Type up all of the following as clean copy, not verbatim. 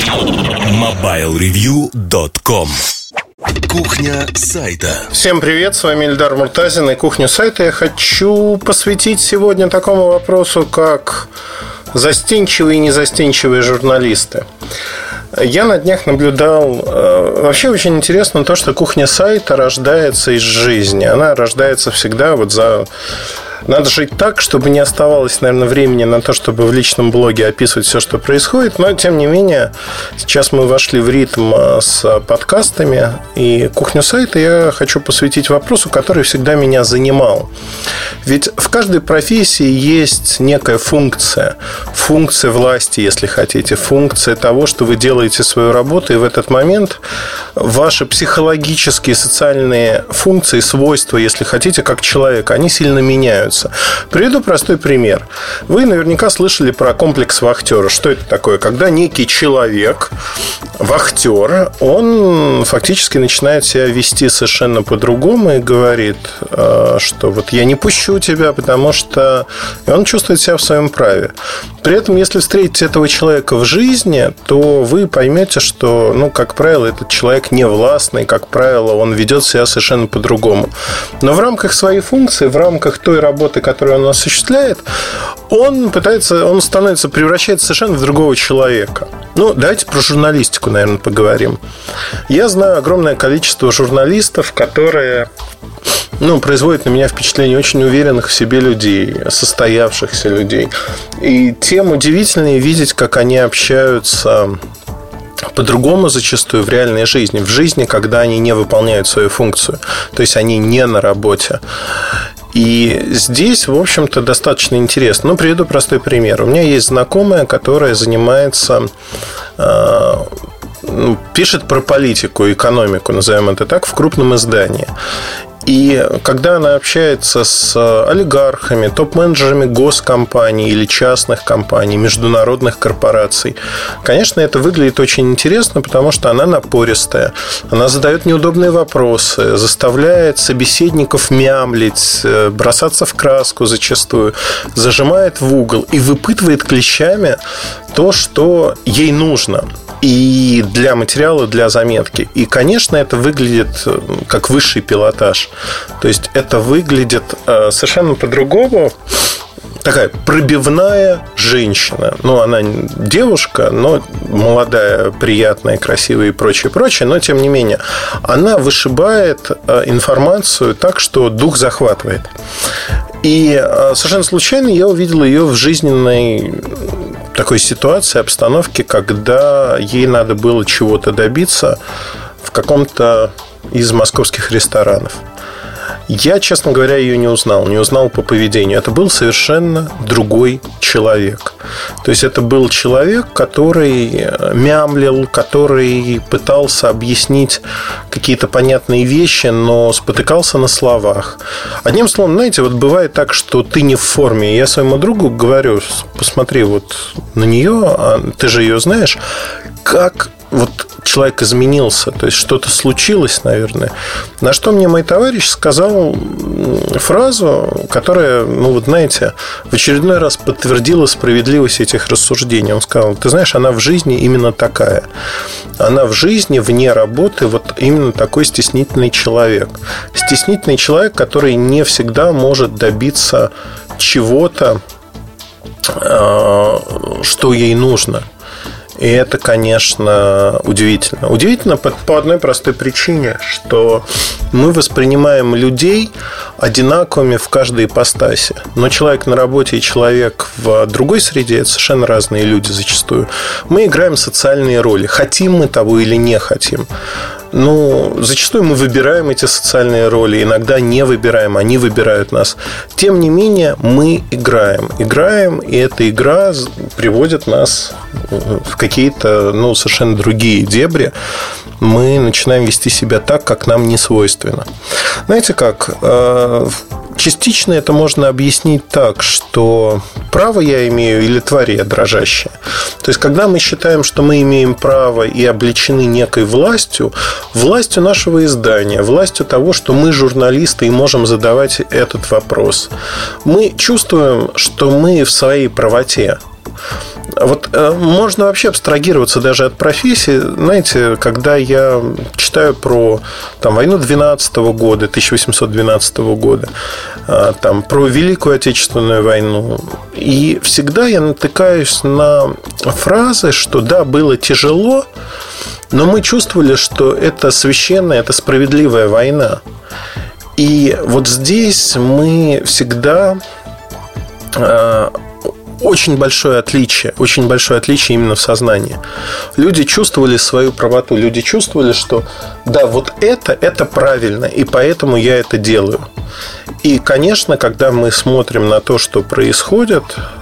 MobileReview.com. Кухня сайта. Всем привет, с вами Эльдар Муртазин и Кухня сайта. Я хочу посвятить сегодня такому вопросу, как застенчивые и незастенчивые журналисты. Я на днях наблюдал. Вообще очень интересно то, что кухня сайта рождается из жизни. Она рождается всегда вот за... Надо жить так, чтобы не оставалось, наверное, времени на то, чтобы в личном блоге описывать все, что происходит. Но, тем не менее, сейчас мы вошли в ритм с подкастами. И кухню сайта я хочу посвятить вопросу, который всегда меня занимал. Ведь в каждой профессии есть некая функция. Функция власти, если хотите. Функция того, что вы делаете свою работу. И в этот момент ваши психологические, социальные функции, свойства, если хотите, как человека, они сильно меняются. Приведу простой пример. Вы наверняка слышали про комплекс вахтера. Что это такое? Когда некий человек, вахтер, он фактически начинает себя вести совершенно по-другому и говорит, что вот я не пущу тебя, потому что... И он чувствует себя в своем праве. При этом, если встретите этого человека в жизни, то вы поймете, что, как правило, этот человек не властный, как правило, он ведет себя совершенно по-другому. Но в рамках своей функции, в рамках той работы, которую он осуществляет, он превращается совершенно в другого человека. Давайте про журналистику, наверное, поговорим. Я знаю огромное количество журналистов, которые производят на меня впечатление очень уверенных в себе людей, состоявшихся людей. И тем удивительнее видеть, как они общаются по-другому зачастую в реальной жизни. В жизни, когда они не выполняют свою функцию. То есть они не на работе. И здесь, в общем-то, достаточно интересно. Приведу простой пример. У меня есть знакомая, которая занимается... пишет про политику, экономику, назовем это так, в крупном издании. И когда она общается с олигархами, топ-менеджерами госкомпаний или частных компаний, международных корпораций, конечно, это выглядит очень интересно, потому что она напористая. Она задает неудобные вопросы, заставляет собеседников мямлить, бросаться в краску зачастую, зажимает в угол и выпытывает клещами то, что ей нужно. И для материала, для заметки. И, конечно, это выглядит как высший пилотаж. То есть это выглядит совершенно по-другому. Такая пробивная женщина. Она девушка, но молодая, приятная, красивая и прочее. Но, тем не менее, она вышибает информацию так, что дух захватывает. И совершенно случайно я увидел ее в жизненной такой ситуации, обстановке, когда ей надо было чего-то добиться в каком-то из московских ресторанов. Я, честно говоря, ее не узнал по поведению. Это был совершенно другой человек. То есть это был человек, который мямлил, который пытался объяснить какие-то понятные вещи, но спотыкался на словах. Одним словом, знаете, бывает так, что ты не в форме. Я своему другу говорю: посмотри на нее, ты же ее знаешь, как человек изменился, то есть что-то случилось, наверное. На что мне мой товарищ сказал фразу, которая, знаете, в очередной раз подтвердила справедливость этих рассуждений. Он сказал: ты знаешь, она в жизни именно такая. Она в жизни, вне работы, именно такой стеснительный человек. Стеснительный человек, который не всегда может добиться чего-то, что ей нужно. И это, конечно, удивительно. Удивительно по одной простой причине, что мы воспринимаем людей одинаковыми в каждой ипостаси. Но человек на работе и человек в другой среде – это совершенно разные люди зачастую. Мы играем социальные роли. Хотим мы того или не хотим. Зачастую мы выбираем эти социальные роли, иногда не выбираем, они выбирают нас. Тем не менее, мы играем, и эта игра приводит нас в какие-то совершенно другие дебри. Мы начинаем вести себя так, как нам не свойственно. Знаете как? Частично это можно объяснить так, что право я имею или тварь я дрожащая. То есть, когда мы считаем, что мы имеем право и облечены некой властью нашего издания, властью того, что мы журналисты и можем задавать этот вопрос, мы чувствуем, что мы в своей правоте. Вот можно вообще абстрагироваться даже от профессии. Знаете, когда я читаю про войну 12 года, 1812 года, про Великую Отечественную войну, и всегда я натыкаюсь на фразы, что да, было тяжело, но мы чувствовали, что это священная, это справедливая война. И вот здесь мы всегда... Очень большое отличие именно в сознании. Люди чувствовали свою правоту, люди чувствовали, что да, вот это правильно, и поэтому я это делаю. И, конечно, когда мы смотрим на то, что происходит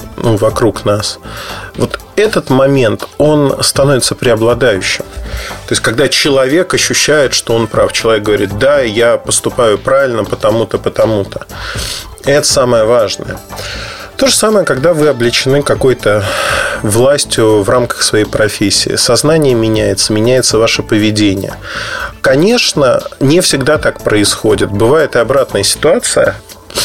вокруг нас, вот этот момент, он становится преобладающим. То есть, когда человек ощущает, что он прав, человек говорит, да, я поступаю правильно, потому-то, потому-то. Это самое важное. То же самое, когда вы облечены какой-то властью в рамках своей профессии. Сознание меняется ваше поведение. Конечно, не всегда так происходит. Бывает и обратная ситуация.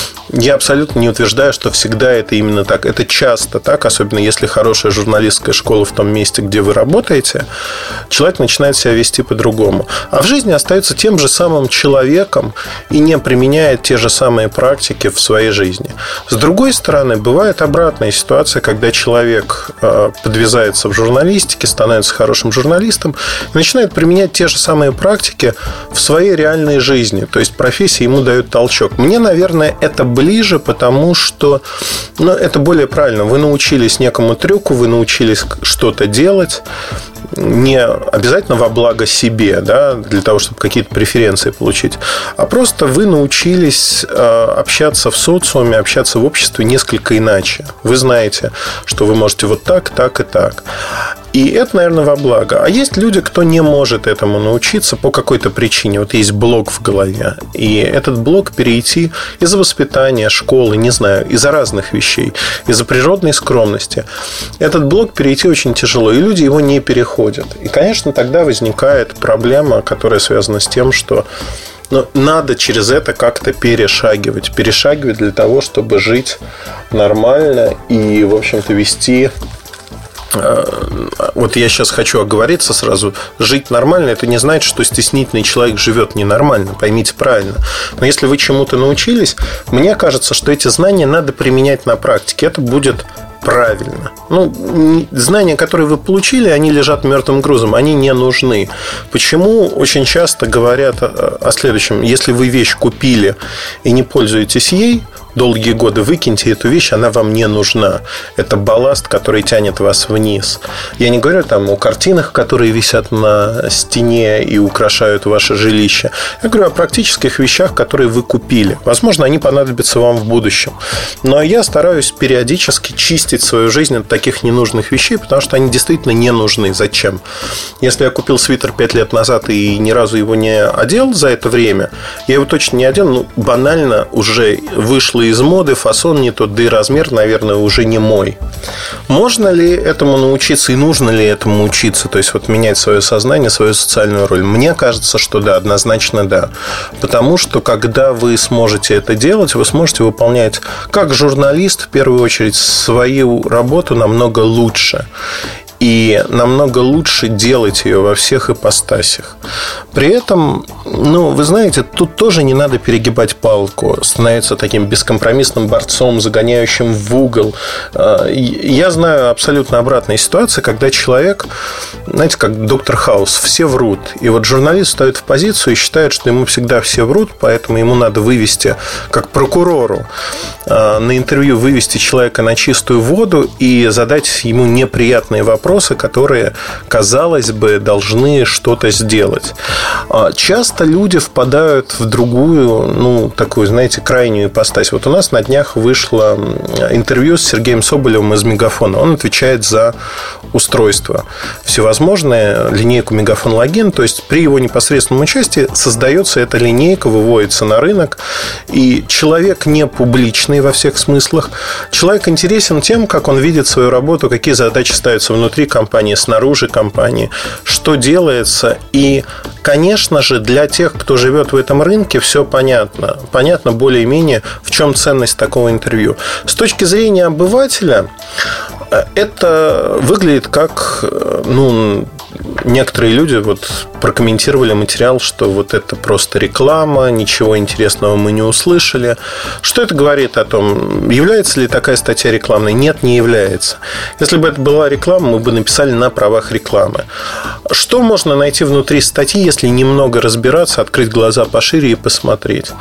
Я абсолютно не утверждаю, что всегда это именно так. Это часто так, особенно если хорошая журналистская школа в том месте, где вы работаете. Человек начинает себя вести по-другому. А в жизни остается тем же самым человеком и не применяет те же самые практики в своей жизни. С другой стороны, бывает обратная ситуация, когда человек подвязается в журналистике, становится хорошим журналистом и начинает применять те же самые практики в своей реальной жизни. То есть профессия ему дает толчок. Мне, наверное, это ближе, потому что это более правильно. Вы научились некому трюку, вы научились что-то делать, не обязательно во благо себе, да, для того, чтобы какие-то преференции получить, а просто вы научились общаться в социуме, общаться в обществе несколько иначе. Вы знаете, что вы можете вот так, так и так. И это, наверное, во благо. А есть люди, кто не может этому научиться по какой-то причине. Вот есть блок в голове. И этот блок перейти из-за воспитания, школы, не знаю, из-за разных вещей, из-за природной скромности. Этот блок перейти очень тяжело, и люди его не переходят. И, конечно, тогда возникает проблема, которая связана с тем, что надо через это как-то перешагивать для того, чтобы жить нормально и, в общем-то, вести... Вот я сейчас хочу оговориться сразу. Жить нормально — это не значит, что стеснительный человек живет ненормально. Поймите правильно. Но если вы чему-то научились, мне кажется, что эти знания надо применять на практике. Это будет правильно. Знания, которые вы получили, они лежат мертвым грузом. Они не нужны. Почему очень часто говорят о следующем: если вы вещь купили и не пользуетесь ей долгие годы, выкиньте эту вещь, она вам не нужна. Это балласт, который тянет вас вниз. Я не говорю о картинах, которые висят на стене и украшают ваше жилище. Я говорю о практических вещах, которые вы купили. Возможно, они понадобятся вам в будущем. Но я стараюсь периодически чистить свою жизнь от таких ненужных вещей, потому что они действительно не нужны. Зачем? Если я купил свитер 5 лет назад и ни разу его не одел за это время, я его точно не одел, банально уже вышло из моды, фасон не тот, да и размер, наверное, уже не мой. Можно ли этому научиться и нужно ли этому учиться? То есть менять свое сознание, свою социальную роль? Мне кажется, что да, однозначно да. Потому что когда вы сможете это делать, вы сможете выполнять как журналист, в первую очередь, свою работу намного лучше. И намного лучше делать ее во всех ипостасях. При этом, вы знаете, тут тоже не надо перегибать палку, становиться таким бескомпромиссным борцом, загоняющим в угол. Я знаю абсолютно обратные ситуации, когда человек, знаете, как доктор Хаус, все врут. И журналист ставит в позицию и считает, что ему всегда все врут, поэтому ему надо вывести, как прокурору, на интервью вывести человека на чистую воду и задать ему неприятные вопросы, которые, казалось бы, должны что-то сделать. Часто люди впадают в другую, такую, знаете, крайнюю ипостась. Вот у нас на днях вышло интервью с Сергеем Соболевым из Мегафона. Он отвечает за устройство всевозможное, линейку Мегафон Логин. То есть при его непосредственном участии создается эта линейка, выводится на рынок. И человек не публичный во всех смыслах. Человек интересен тем, как он видит свою работу, какие задачи ставятся внутри компании, снаружи компании, что делается. И, конечно же, для тех, кто живет в этом рынке, все понятно. Понятно более-менее, в чем ценность такого интервью. С точки зрения обывателя, Это выглядит как, некоторые люди прокомментировали материал, что это просто реклама, ничего интересного мы не услышали. Что это говорит о том, является ли такая статья рекламной? Нет, не является. Если бы это была реклама, мы бы написали на правах рекламы. Что можно найти внутри статьи, если немного разбираться, открыть глаза пошире и посмотреть?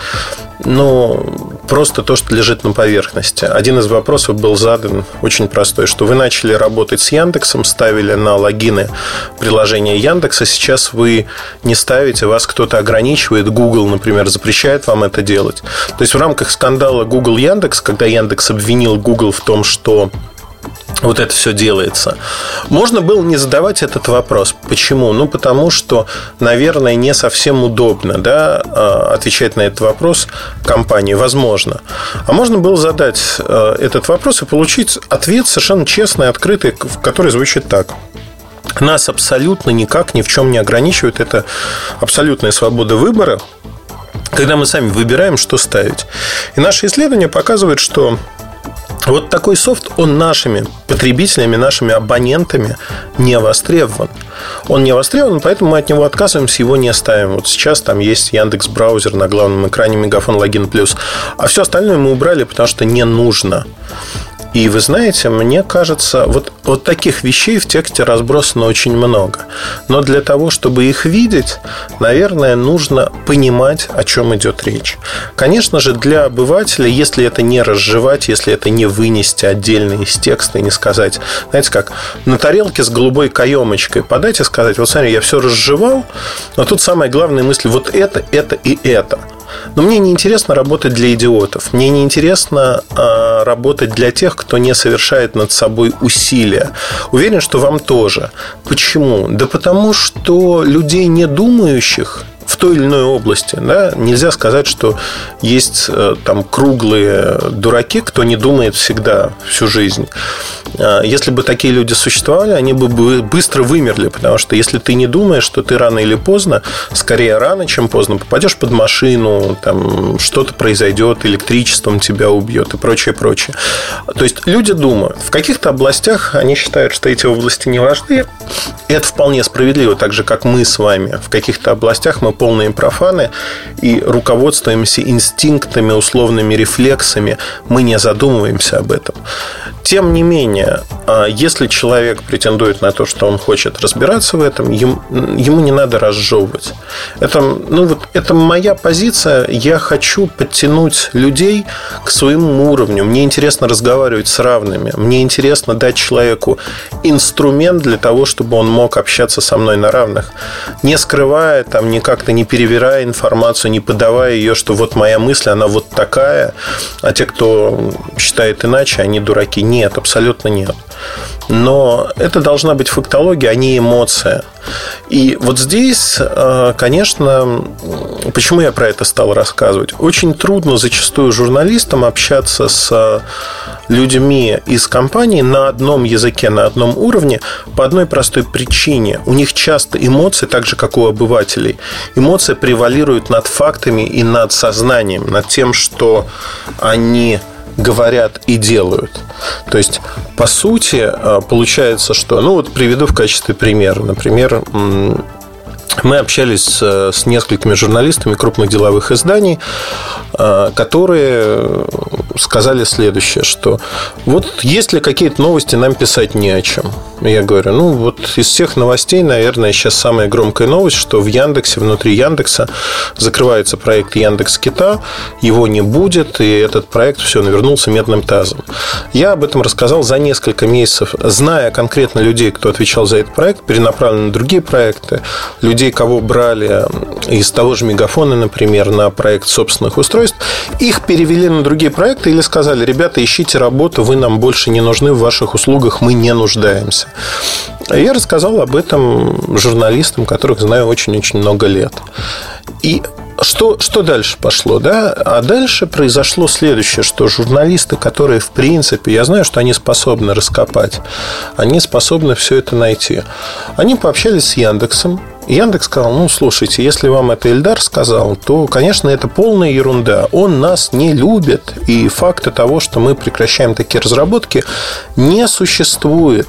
Просто то, что лежит на поверхности. Один из вопросов был задан очень простой, что вы начали работать с Яндексом, ставили на логины приложения Яндекса, сейчас вы не ставите, вас кто-то ограничивает, Google, например, запрещает вам это делать. То есть в рамках скандала Google-Яндекс, когда Яндекс обвинил Google в том, что это все делается, можно было не задавать этот вопрос. Почему? Потому что, наверное, не совсем удобно, отвечать на этот вопрос компании. Возможно. А можно было задать этот вопрос и получить ответ совершенно честный, открытый, который звучит так: нас абсолютно никак ни в чем не ограничивает. Это абсолютная свобода выбора, когда мы сами выбираем, что ставить. И наши исследования показывают, что такой софт, он нашими потребителями, нашими абонентами не востребован. Он не востребован, поэтому мы от него отказываемся, его не ставим. Сейчас там есть Яндекс.Браузер на главном экране, Мегафон Логин Плюс. А все остальное мы убрали, потому что не нужно. И вы знаете, мне кажется, таких вещей в тексте разбросано очень много. Но для того, чтобы их видеть, наверное, нужно понимать, о чем идет речь. Конечно же, для обывателя, если это не разжевать, если это не вынести отдельно из текста и не сказать, знаете как, на тарелке с голубой каемочкой подать и сказать: смотри, я все разжевал, но тут самая главная мысль: это и это. Но мне не интересно работать для идиотов. Мне не интересно работать для тех, кто не совершает над собой усилия. Уверен, что вам тоже. Почему? Да потому что людей, не думающих в той или иной области, нельзя сказать, что есть там круглые дураки, кто не думает всегда, всю жизнь. Если бы такие люди существовали, они бы быстро вымерли, потому что если ты не думаешь, что ты рано или поздно, скорее рано, чем поздно, попадешь под машину, там что-то произойдет, электричеством тебя убьет и прочее, прочее. То есть люди думают. В каких-то областях они считают, что эти области не важны. И это вполне справедливо, так же, как мы с вами. В каких-то областях мы полные профаны и руководствуемся инстинктами, условными рефлексами. Мы не задумываемся об этом. Тем не менее, если человек претендует на то, что он хочет разбираться в этом, ему не надо разжевывать. Это моя позиция. Я хочу подтянуть людей к своему уровню. Мне интересно разговаривать с равными. Мне интересно дать человеку инструмент для того, чтобы он мог общаться со мной на равных, не скрывая, не как-то не перевирая информацию, не подавая ее, что моя мысль, она такая, а те, кто считает иначе, они дураки. Нет, абсолютно нет. Но это должна быть фактология, а не эмоция. И здесь, конечно, почему я про это стал рассказывать? Очень трудно зачастую журналистам общаться с людьми из компании на одном языке, на одном уровне по одной простой причине. У них часто эмоции, так же, как у обывателей, эмоции превалируют над фактами и над сознанием, над тем, что они говорят и делают. То есть, по сути, получается, что... приведу в качестве примера. Например, мы общались с несколькими журналистами крупных деловых изданий, которые сказали следующее, что есть ли какие-то новости, нам писать не о чем. Я говорю, из всех новостей, наверное, сейчас самая громкая новость, что в Яндексе, внутри Яндекса закрывается проект Яндекс.Кита, его не будет, и этот проект все навернулся медным тазом. Я об этом рассказал за несколько месяцев, зная конкретно людей, кто отвечал за этот проект, перенаправлен на другие проекты, людей, кого брали из того же Мегафона, например, на проект собственных устройств, их перевели на другие проекты или сказали: ребята, ищите работу, вы нам больше не нужны, в ваших услугах мы не нуждаемся. Я рассказал об этом журналистам, которых знаю очень-очень много лет. И что дальше пошло, А дальше произошло следующее, что журналисты, которые, в принципе, я знаю, что они способны раскопать, они способны все это найти. Они пообщались с Яндексом Яндекс сказал: слушайте, если вам это Эльдар сказал, то, конечно, это полная ерунда. Он нас не любит, и факта того, что мы прекращаем такие разработки, не существует.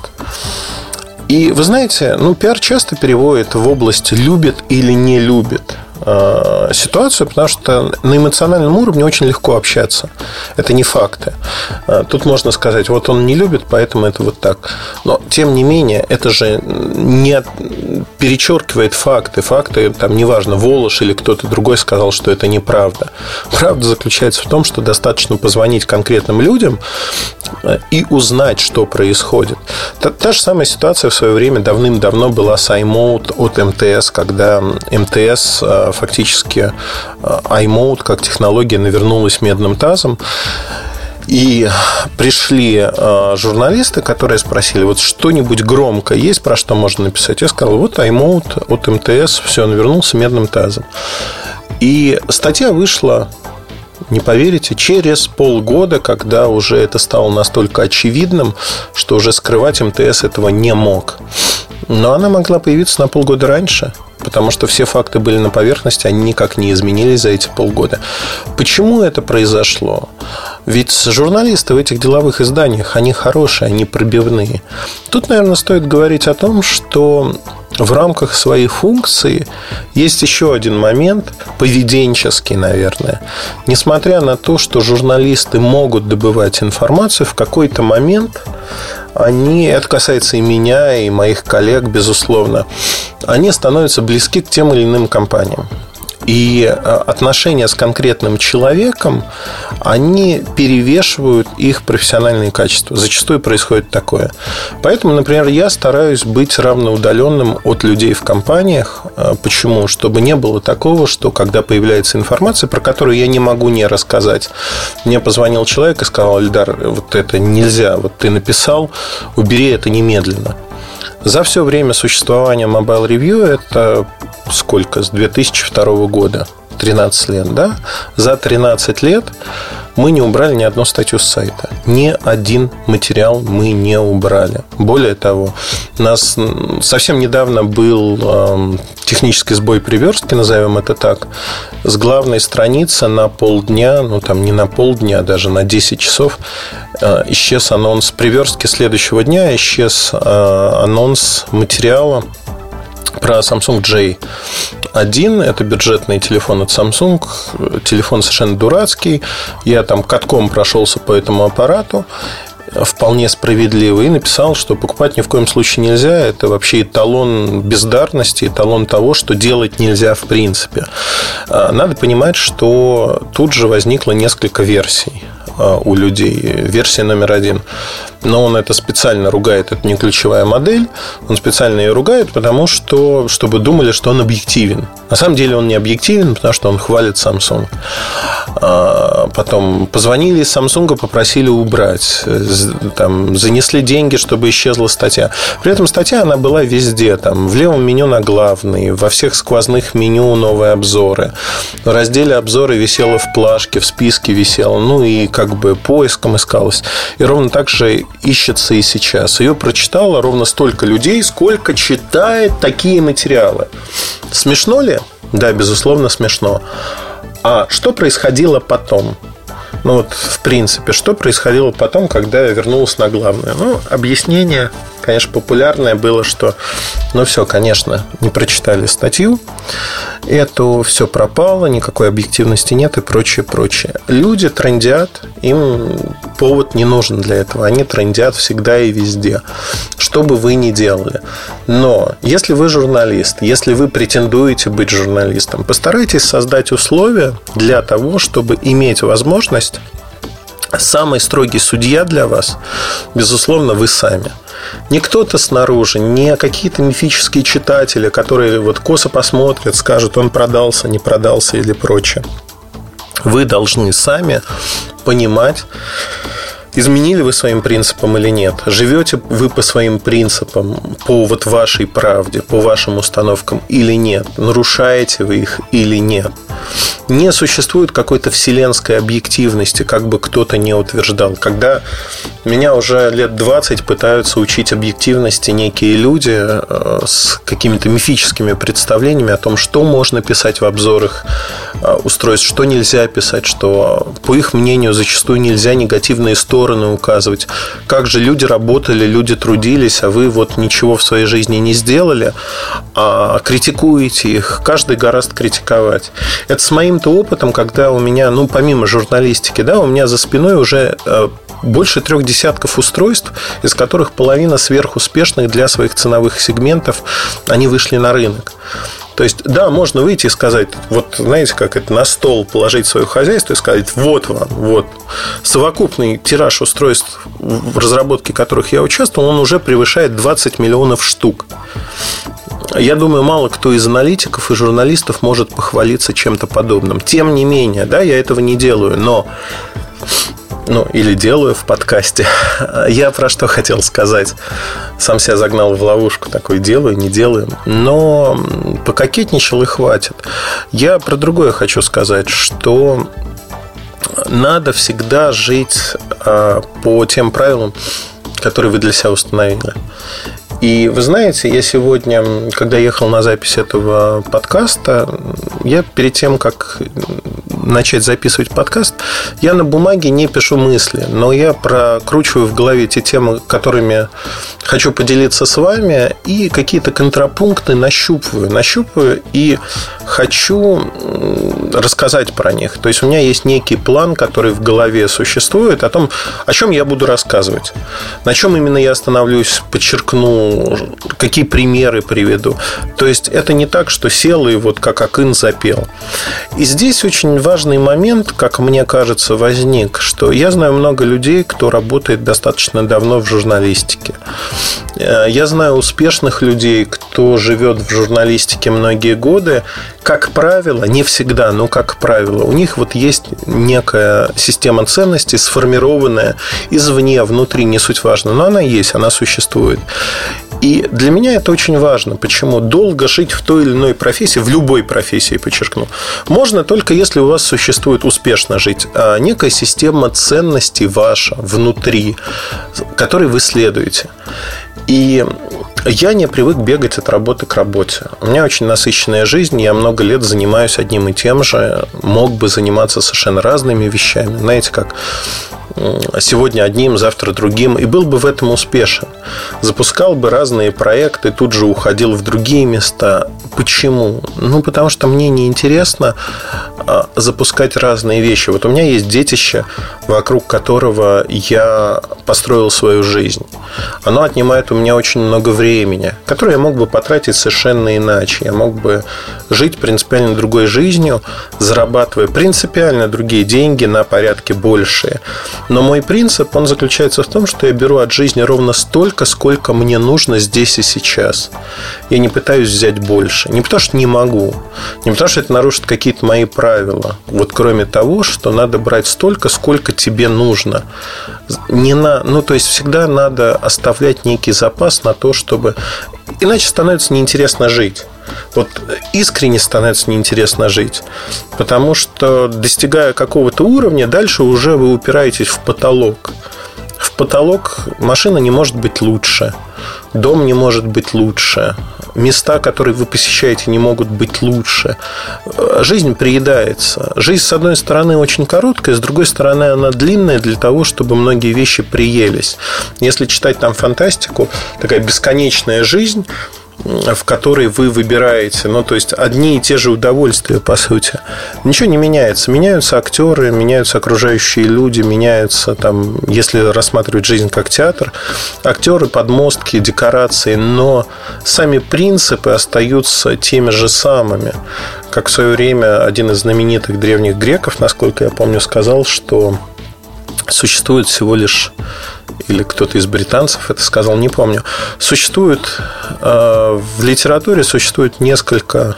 И вы знаете, пиар часто переводит в область «любит» или «не любит» ситуацию, потому что на эмоциональном уровне очень легко общаться. Это не факты. Тут можно сказать: вот он не любит, поэтому это вот так. Но, тем не менее, это же не перечеркивает факты. Факты, там, неважно, Волош или кто-то другой сказал, что это неправда. Правда заключается в том, что достаточно позвонить конкретным людям и узнать, что происходит. Та же самая ситуация в свое время давным-давно была с iMode от МТС, когда МТС фактически iMode как технология навернулась медным тазом. И пришли журналисты, которые спросили: вот что-нибудь громко есть, про что можно написать? Я сказал: вот iMode от МТС, все, навернулся медным тазом. И статья вышла, не поверите, через полгода, когда уже это стало настолько очевидным, что уже скрывать МТС этого не мог. Но она могла появиться на полгода раньше, потому что все факты были на поверхности, они никак не изменились за эти полгода. Почему это произошло? Ведь журналисты в этих деловых изданиях, они хорошие, они пробивные. Тут, наверное, стоит говорить о том, что в рамках своей функции есть еще один момент, поведенческий, наверное. Несмотря на то, что журналисты могут добывать информацию, в какой-то момент они, это касается и меня, и моих коллег, безусловно, они становятся близки к тем или иным компаниям. И отношения с конкретным человеком, они перевешивают их профессиональные качества. Зачастую происходит такое. Поэтому, например, я стараюсь быть равноудаленным от людей в компаниях. Почему? Чтобы не было такого, что когда появляется информация, про которую я не могу не рассказать, мне позвонил человек и сказал: Эльдар, вот это нельзя, вот ты написал, убери это немедленно. За все время существования Mobile Review, это сколько? С 2002 года, 13 лет, да? За 13 лет мы не убрали ни одну статью с сайта. Ни один материал мы не убрали. Более того, у нас совсем недавно был технический сбой при верстке, назовем это так. С главной страницы на полдня, там не на полдня, даже на 10 часов исчез анонс при верстке следующего дня, исчез анонс материала про Samsung J1. Это бюджетный телефон от Samsung. Телефон совершенно дурацкий. Я там катком прошелся по этому аппарату, вполне справедливо, и написал, что покупать ни в коем случае нельзя. Это вообще эталон бездарности, эталон того, что делать нельзя в принципе. Надо понимать, что тут же возникло несколько версий у людей. Версия номер 1. Но он это специально ругает. Это не ключевая модель. Он специально ее ругает, потому что, чтобы думали, что он объективен. На самом деле он не объективен, потому что он хвалит Samsung. Потом позвонили из Samsung, попросили убрать. Там, занесли деньги, чтобы исчезла статья. При этом статья, она была везде. Там, в левом меню на главный, во всех сквозных меню новые обзоры. В разделе обзоры висела в плашке, в списке висела. И как бы поиском искалась. И ровно так же ищется и сейчас. Ее прочитало ровно столько людей, сколько читает такие материалы. Смешно ли? Да, безусловно, смешно. А что происходило потом? В принципе, что происходило потом, когда я вернулся на главное? Объяснение, конечно, популярное было, что все, конечно, не прочитали статью, это все пропало, никакой объективности нет и прочее, прочее. Люди трендят, им повод не нужен для этого. Они трендят всегда и везде, что бы вы ни делали. Но если вы журналист, если вы претендуете быть журналистом, постарайтесь создать условия для того, чтобы иметь возможность. Самый строгий судья для вас, безусловно, вы сами. Не кто-то снаружи, не какие-то мифические читатели, которые косо посмотрят, скажут, он продался, не продался или прочее. Вы должны сами понимать, изменили вы своим принципам или нет? Живете вы по своим принципам, по вот вашей правде, по вашим установкам или нет? Нарушаете вы их или нет? Не существует какой-то вселенской объективности, как бы кто-то не утверждал. Когда меня уже лет 20 пытаются учить объективности некие люди с какими-то мифическими представлениями о том, что можно писать в обзорах устройств, что нельзя писать, что, по их мнению, зачастую нельзя негативные стороны указывать. Как же люди работали, люди трудились, а вы вот ничего в своей жизни не сделали, а критикуете их. Каждый гораздо критиковать. Это с моим-то опытом, когда у меня, помимо журналистики, у меня за спиной уже больше 3 десятков устройств, из которых половина сверхуспешных для своих ценовых сегментов, они вышли на рынок. То есть, можно выйти и сказать, вот знаете, как это, на стол положить свое хозяйство и сказать, вот вам, вот. Совокупный тираж устройств, в разработке которых я участвовал, он уже превышает 20 миллионов штук. Я думаю, мало кто из аналитиков и журналистов может похвалиться чем-то подобным. Тем не менее, я этого не делаю, но... или делаю в подкасте. Я про что хотел сказать. Сам себя загнал в ловушку. Такой делаю, не делаю. Но пококетничал и хватит. Я про другое хочу сказать, что надо всегда жить по тем правилам, которые вы для себя установили. И вы знаете, я сегодня, когда ехал на запись этого подкаста, я перед тем, как начать записывать подкаст, я на бумаге не пишу мысли, но я прокручиваю в голове те темы, которыми хочу поделиться с вами, и какие-то контрапункты нащупываю и хочу рассказать про них. То есть у меня есть некий план, который в голове существует, о том, о чем я буду рассказывать, на чем именно я остановлюсь, подчеркну, какие примеры приведу. То есть это не так, что сел и вот как Акын запел. И здесь очень важный момент, как мне кажется, возник, что я знаю много людей, кто работает достаточно давно в журналистике. Я знаю успешных людей, кто живет в журналистике многие годы. Как правило, не всегда, но как правило, у них вот есть некая система ценностей, сформированная извне, внутри, не суть важно, но она есть, она существует. И для меня это очень важно. Почему? Долго жить в той или иной профессии, в любой профессии, подчеркну, можно только если у вас существует успешно жить некая система ценностей ваша внутри, которой вы следуете. И я не привык бегать от работы к работе. У меня очень насыщенная жизнь. Я много лет занимаюсь одним и тем же. Мог бы заниматься совершенно разными вещами. Знаете, как сегодня одним, завтра другим. И был бы в этом успешен. Запускал бы разные проекты, тут же уходил в другие места. Почему? Потому что мне неинтересно запускать разные вещи. Вот у меня есть детище, вокруг которого я построил свою жизнь. Оно отнимает у меня очень много времени, которое я мог бы потратить совершенно иначе. Я мог бы жить принципиально другой жизнью, зарабатывая принципиально другие деньги на порядке большие. Но мой принцип, он заключается в том, что я беру от жизни ровно столько, сколько мне нужно здесь и сейчас. Я не пытаюсь взять больше. Не потому что не могу, не потому что это нарушит какие-то мои правила. Вот кроме того, что надо брать столько, сколько тебе нужно. То есть всегда надо оставлять некий запас на то, чтобы... Иначе становится неинтересно жить. Вот искренне становится неинтересно жить. Потому что, достигая какого-то уровня, дальше уже вы упираетесь в потолок. В потолок машина не может быть лучше. Дом не может быть лучше. Места, которые вы посещаете, не могут быть лучше. Жизнь приедается. Жизнь, с одной стороны, очень короткая, с другой стороны, она длинная для того, чтобы многие вещи приелись. Если читать там фантастику, такая бесконечная жизнь, в которой вы выбираете, то есть одни и те же удовольствия, по сути. Ничего не меняется. Меняются актеры, меняются окружающие люди, меняются, если рассматривать жизнь как театр, актеры, подмостки, декорации, но сами принципы остаются теми же самыми. Как в свое время один из знаменитых древних греков, насколько я помню, сказал, что существует всего лишь... Или кто-то из британцев это сказал, не помню. В литературе существует несколько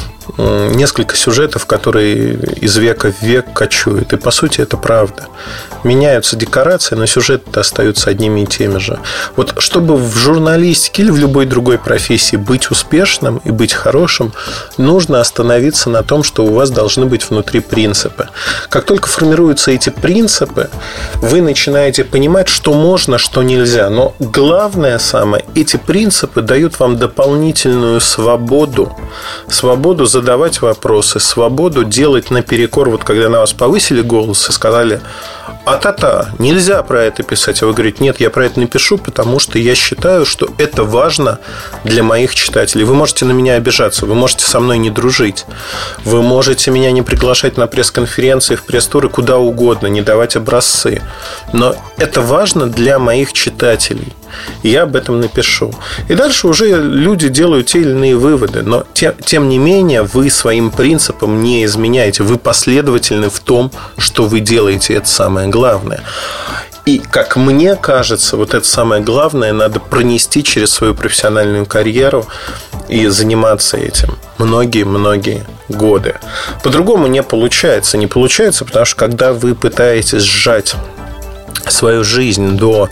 сюжетов, которые из века в век кочуют. И по сути это правда. меняются декорации, но сюжеты остаются одними и теми же. Вот чтобы в журналистике или в любой другой профессии быть успешным и быть хорошим, нужно остановиться на том, что у вас должны быть внутри принципы. Как только формируются эти принципы, вы начинаете понимать, что можно, что нельзя. Но главное самое, эти принципы дают вам дополнительную свободу. Свободу задавать вопросы, свободу делать наперекор. Вот когда на вас повысили голос и сказали: а-та-та, нельзя про это писать. А вы говорите: нет, я про это напишу, потому что я считаю, что это важно для моих читателей. Вы можете на меня обижаться, вы можете со мной не дружить, вы можете меня не приглашать на пресс-конференции, в пресс-туры, куда угодно, не давать образцы. Но это важно для моих читателей. И я об этом напишу. И дальше уже люди делают те или иные выводы. Но тем не менее вы своим принципам не изменяете. Вы последовательны в том, что вы делаете. Это самое главное. И, как мне кажется, вот это самое главное надо пронести через свою профессиональную карьеру и заниматься этим многие-многие годы. По-другому не получается. Не получается, потому что когда вы пытаетесь сжать свою жизнь до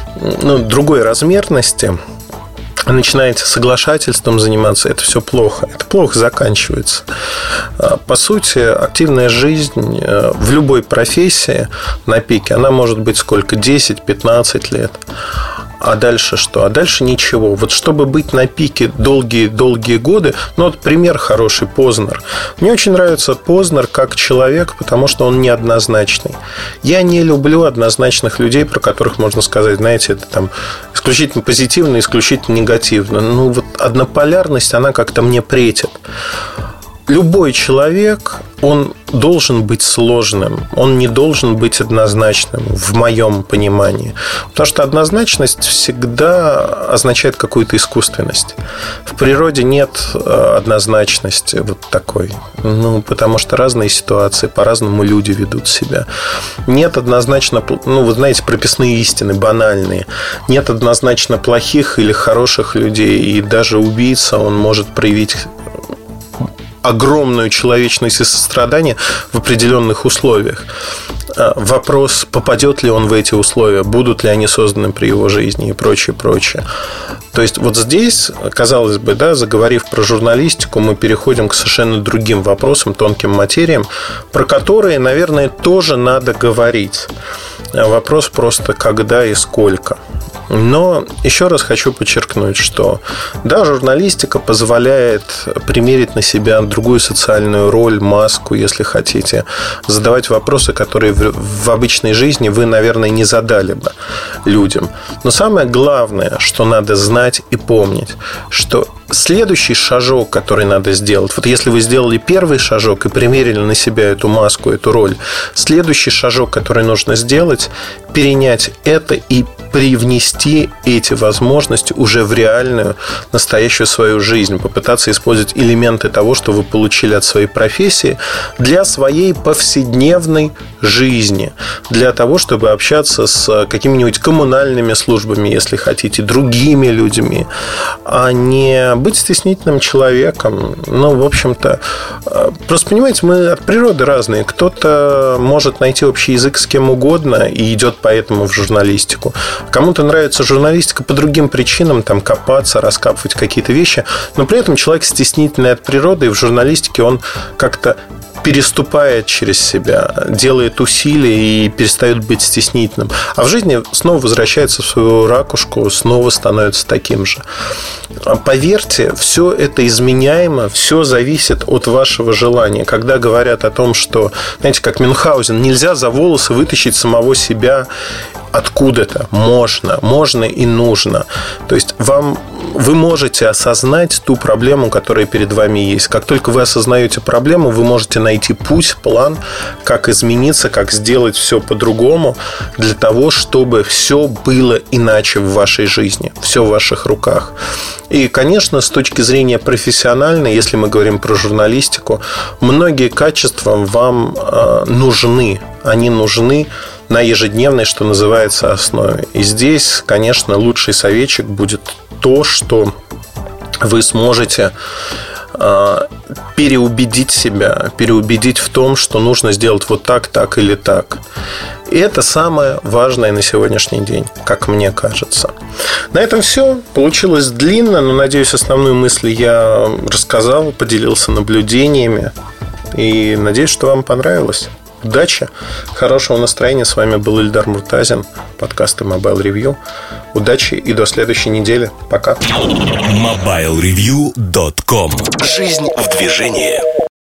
другой размерности, начинаете соглашательством заниматься, это все плохо. Это плохо заканчивается. По сути, активная жизнь в любой профессии на пике, она может быть сколько? 10-15 лет. А дальше что? А дальше ничего. Вот чтобы быть на пике долгие годы, вот пример хороший — Познер. Мне очень нравится Познер как человек, потому что он неоднозначный. Я не люблю однозначных людей, про которых можно сказать: знаете, это там исключительно позитивно, исключительно негативно. Вот однополярность, она как-то мне претит. Любой человек, он должен быть сложным, он не должен быть однозначным, в моем понимании. Потому что однозначность всегда означает какую-то искусственность. В природе нет однозначности вот такой. Потому что разные ситуации, по-разному люди ведут себя. Нет однозначно, вы знаете, прописные истины, банальные. Нет однозначно плохих или хороших людей. И даже убийца, он может проявить огромную человечность и сострадание в определенных условиях. Вопрос, попадет ли он в эти условия, будут ли они созданы при его жизни и прочее. То есть вот здесь, казалось бы, заговорив про журналистику, мы переходим к совершенно другим вопросам, тонким материям, про которые, наверное, тоже надо говорить. Вопрос просто когда и сколько. Но еще раз хочу подчеркнуть, что журналистика позволяет примерить на себя другую социальную роль, маску, если хотите, задавать вопросы, которые в обычной жизни вы, наверное, не задали бы людям. Но самое главное, что надо знать и помнить, что следующий шажок, который надо сделать, вот если вы сделали первый шажок и примерили на себя эту маску, эту роль, следующий шажок, который нужно сделать, перенять это и привнести эти возможности уже в реальную, настоящую свою жизнь, попытаться использовать элементы того, что вы получили от своей профессии, для своей повседневной жизни, для того, чтобы общаться с какими-нибудь коммунальными службами, если хотите, другими людьми, а не быть стеснительным человеком. В общем-то, просто понимаете, мы от природы разные. Кто-то может найти общий язык с кем угодно и идет поэтому в журналистику. Кому-то нравится журналистика по другим причинам, там копаться, раскапывать какие-то вещи, но при этом человек стеснительный от природы, и в журналистике он как-то переступает через себя, делает усилия и перестает быть стеснительным. А в жизни снова возвращается в свою ракушку, снова становится таким же. Поверьте, все это изменяемо, все зависит от вашего желания. Когда говорят о том, что, знаете, как Мюнхгаузен, нельзя за волосы вытащить самого себя откуда-то. Можно и нужно. То есть вы можете осознать ту проблему, которая перед вами есть. Как только вы осознаете проблему, вы можете найти путь, план, как измениться, как сделать все по-другому, для того, чтобы все было иначе в вашей жизни, все в ваших руках. И, конечно, с точки зрения профессиональной, если мы говорим про журналистику, многие качества вам нужны. Они нужны на ежедневной, что называется, основе. И здесь, конечно, лучший советчик будет то, что вы сможете переубедить себя, переубедить в том, что нужно сделать вот так, так или так. И это самое важное на сегодняшний день, как мне кажется. На этом все. Получилось длинно, но, надеюсь, основную мысль я рассказал, поделился наблюдениями. И надеюсь, что вам понравилось. Удачи, хорошего настроения. С вами был Ильдар Муртазин, подкасты Mobile Review. Удачи и до следующей недели. Пока. MobileReview.com. Жизнь в движении.